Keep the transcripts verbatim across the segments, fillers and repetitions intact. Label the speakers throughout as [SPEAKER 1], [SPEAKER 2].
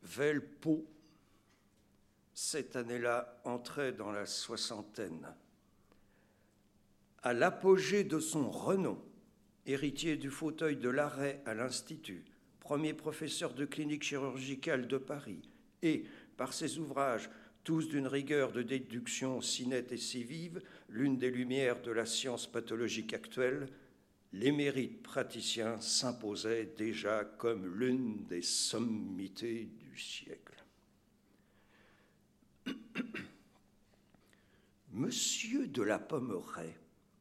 [SPEAKER 1] Velpeau, cette année-là, entrait dans la soixantaine. À l'apogée de son renom, héritier du fauteuil de l'arrêt à l'Institut, premier professeur de clinique chirurgicale de Paris, et, par ses ouvrages, tous d'une rigueur de déduction si nette et si vive, l'une des lumières de la science pathologique actuelle, l'émérite praticien s'imposait déjà comme l'une des sommités du siècle. Monsieur de la Pommeraye,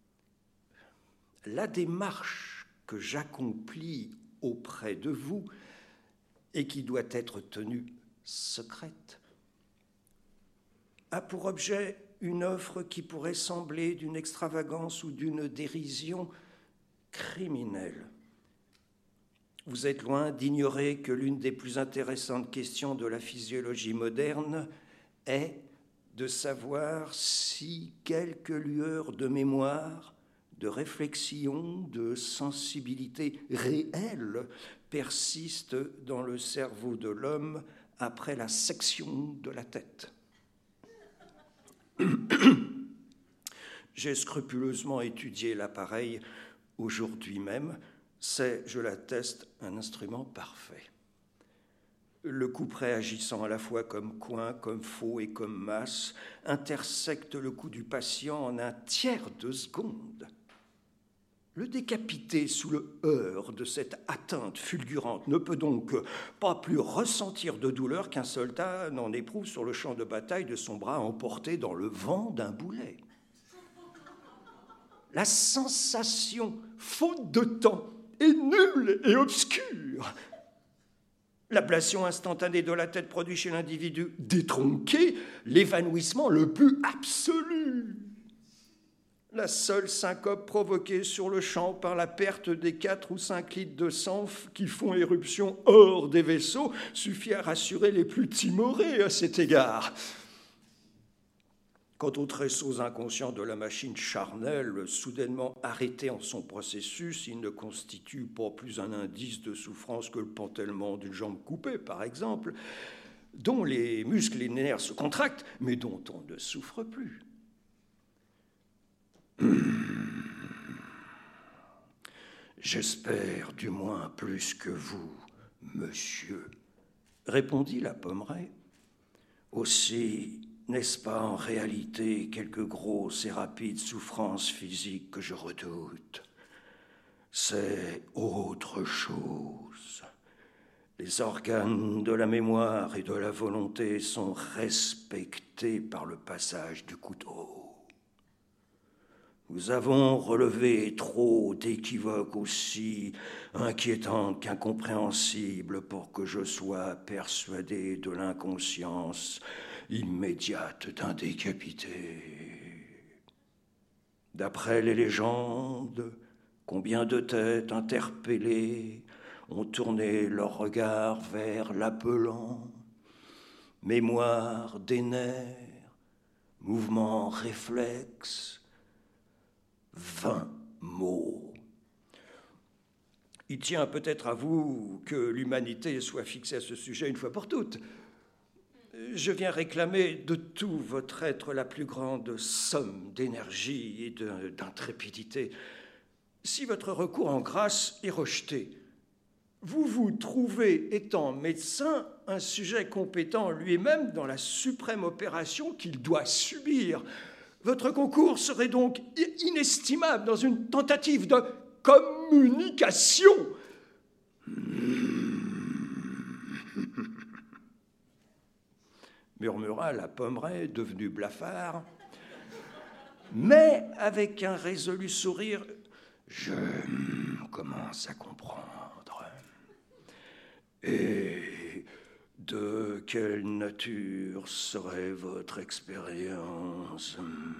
[SPEAKER 1] la démarche que j'accomplis auprès de vous et qui doit être tenue secrète a pour objet une offre qui pourrait sembler d'une extravagance ou d'une dérision criminelle. Vous êtes loin d'ignorer que l'une des plus intéressantes questions de la physiologie moderne est de savoir si quelques lueurs de mémoire, de réflexion, de sensibilité réelle persistent dans le cerveau de l'homme après la section de la tête. J'ai scrupuleusement étudié l'appareil aujourd'hui même. C'est, je l'atteste, un instrument parfait. Le couperet agissant à la fois comme coin, comme faux et comme masse, intersecte le cou du patient en un tiers de seconde. Le décapité sous le heurt de cette atteinte fulgurante ne peut donc pas plus ressentir de douleur qu'un soldat n'en éprouve sur le champ de bataille de son bras emporté dans le vent d'un boulet. La sensation, faute de temps, est nulle et obscure. L'ablation instantanée de la tête produit chez l'individu détronqué l'évanouissement le plus absolu. La seule syncope provoquée sur le champ par la perte des quatre ou cinq litres de sang qui font éruption hors des vaisseaux suffit à rassurer les plus timorés à cet égard. Quant aux tresseaux inconscients de la machine charnelle, soudainement arrêtés en son processus, ils ne constituent pas plus un indice de souffrance que le pentèlement d'une jambe coupée, par exemple, dont les muscles et les nerfs se contractent, mais dont on ne souffre plus. J'espère du moins plus que vous, monsieur, répondit la Pommeraye. Aussi, n'est-ce pas en réalité quelque grosse et rapide souffrance physique que je redoute? C'est autre chose. Les organes de la mémoire et de la volonté sont respectés par le passage du couteau. Nous avons relevé trop d'équivoques aussi inquiétantes qu'incompréhensibles pour que je sois persuadé de l'inconscience immédiate d'un décapité. D'après les légendes, combien de têtes interpellées ont tourné leur regard vers l'appelant, mémoire des nerfs, mouvement réflexe, vingt mots. Il tient peut-être à vous que l'humanité soit fixée à ce sujet une fois pour toutes. Je viens réclamer de tout votre être la plus grande somme d'énergie et de, d'intrépidité. Si votre recours en grâce est rejeté, vous vous trouvez, étant médecin, un sujet compétent lui-même dans la suprême opération qu'il doit subir. Votre concours serait donc inestimable dans une tentative de communication. Murmura la Pommeraye, devenue blafard, mais avec un résolu sourire. Je commence à comprendre. Et de quelle nature serait votre expérience?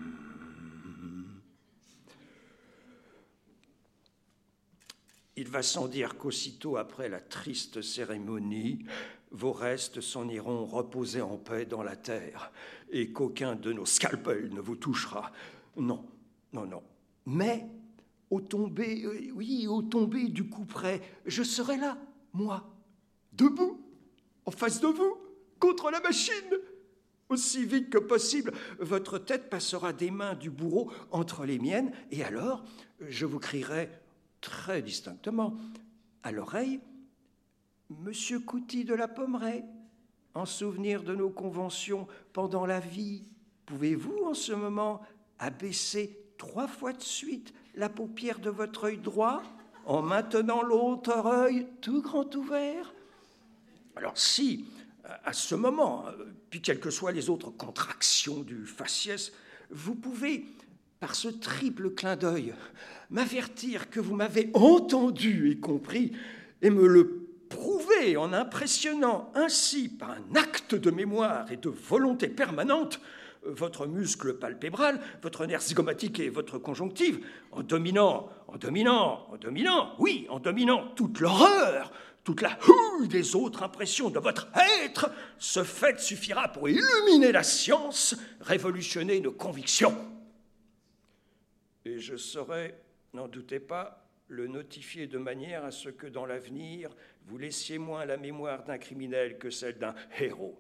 [SPEAKER 1] Il va sans dire qu'aussitôt après la triste cérémonie, vos restes s'en iront reposer en paix dans la terre et qu'aucun de nos scalpels ne vous touchera. Non, non, non. Mais au tomber, oui, au tomber du couperet, je serai là, moi, debout, en face de vous, contre la machine. Aussi vite que possible, votre tête passera des mains du bourreau entre les miennes, et alors, je vous crierai très distinctement à l'oreille, « Monsieur Couty de la Pommeraye, en souvenir de nos conventions pendant la vie, pouvez-vous en ce moment abaisser trois fois de suite la paupière de votre œil droit en maintenant l'autre œil tout grand ouvert ?» Alors si, à ce moment, puis quelles que soient les autres contractions du faciès, vous pouvez, par ce triple clin d'œil, m'avertir que vous m'avez entendu et compris, et me le prouver en impressionnant ainsi par un acte de mémoire et de volonté permanente votre muscle palpébral, votre nerf zygomatique et votre conjonctive, en dominant, en dominant, en dominant, oui, en dominant toute l'horreur, toute la houille des autres impressions de votre être, ce fait suffira pour illuminer la science, révolutionner nos convictions. Et je saurai, n'en doutez pas, le notifier de manière à ce que dans l'avenir, vous laissiez moins la mémoire d'un criminel que celle d'un héros.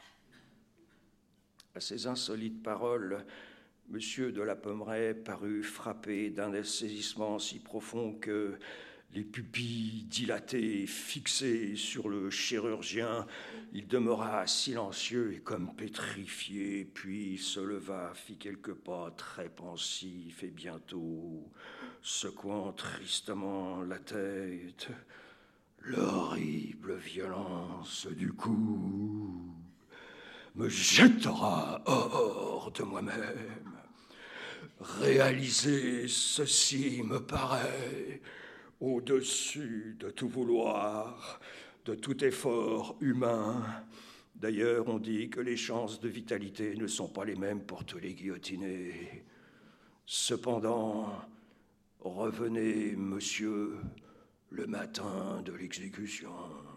[SPEAKER 1] À ces insolites paroles, Monsieur de la Pommeraye parut frappé d'un saisissement si profond que, les pupilles dilatées et fixées sur le chirurgien, il demeura silencieux et comme pétrifié, puis se leva, fit quelques pas très pensif et bientôt, secouant tristement la tête, l'horrible violence du coup me jettera hors de moi-même. Réaliser ceci me paraît au-dessus de tout vouloir, de tout effort humain. D'ailleurs, on dit que les chances de vitalité ne sont pas les mêmes pour tous les guillotinés. Cependant, revenez, monsieur, le matin de l'exécution.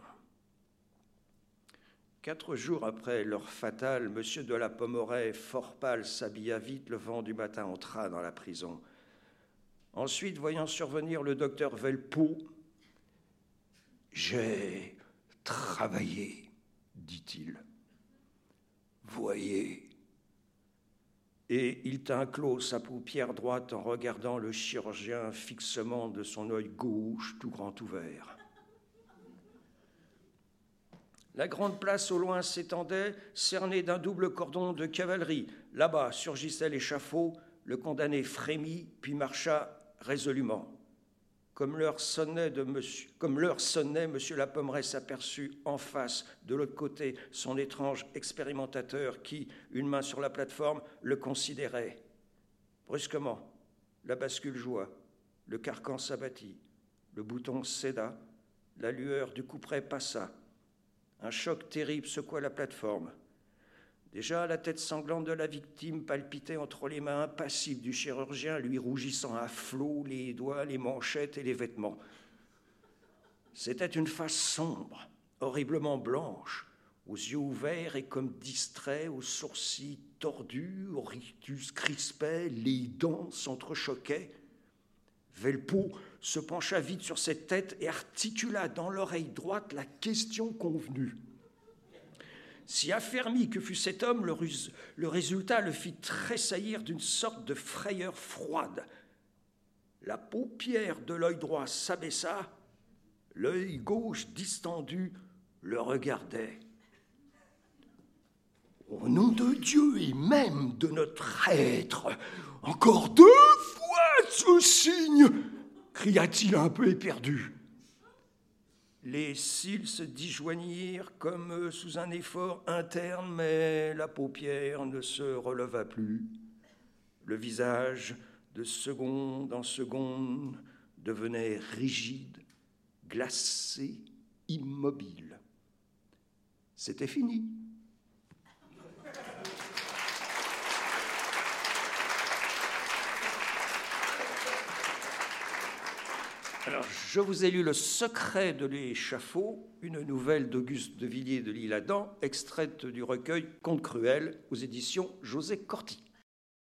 [SPEAKER 1] Quatre jours après l'heure fatale, monsieur de la Pommeraye, fort pâle, s'habilla vite, le vent du matin entra dans la prison. Ensuite, voyant survenir le docteur Velpeau, « J'ai travaillé, dit-il. Voyez. » Et il tint clos sa paupière droite en regardant le chirurgien fixement de son œil gauche tout grand ouvert. La grande place au loin s'étendait, cernée d'un double cordon de cavalerie. Là-bas surgissait l'échafaud, le condamné frémit, puis marcha résolument. Comme l'heure sonnait, de monsieur, comme l'heure sonnait, monsieur la Pommeraye s'aperçut en face, de l'autre côté, son étrange expérimentateur qui, une main sur la plateforme, le considérait. Brusquement, la bascule joua, le carcan s'abattit, le bouton céda, la lueur du couperet passa. Un choc terrible secoua la plateforme. Déjà, la tête sanglante de la victime palpitait entre les mains impassibles du chirurgien, lui rougissant à flots les doigts, les manchettes et les vêtements. C'était une face sombre, horriblement blanche, aux yeux ouverts et comme distraits, aux sourcils tordus, au rictus crispait, les dents s'entrechoquaient. Velpeau se pencha vite sur cette tête et articula dans l'oreille droite la question convenue. Si affermi que fût cet homme, le, rus- le résultat le fit tressaillir d'une sorte de frayeur froide. La paupière de l'œil droit s'abaissa, l'œil gauche distendu le regardait. Au nom de Dieu et même de notre être, encore deux fois ce signe, cria-t-il un peu éperdu. Les cils se disjoignirent comme sous un effort interne, mais la paupière ne se releva plus. Le visage, de seconde en seconde, devenait rigide, glacé, immobile. C'était fini. Alors, je vous ai lu Le secret de l'échafaud, une nouvelle d'Auguste de Villiers de l'Isle-Adam, extraite du recueil Contes cruels aux éditions José Corti.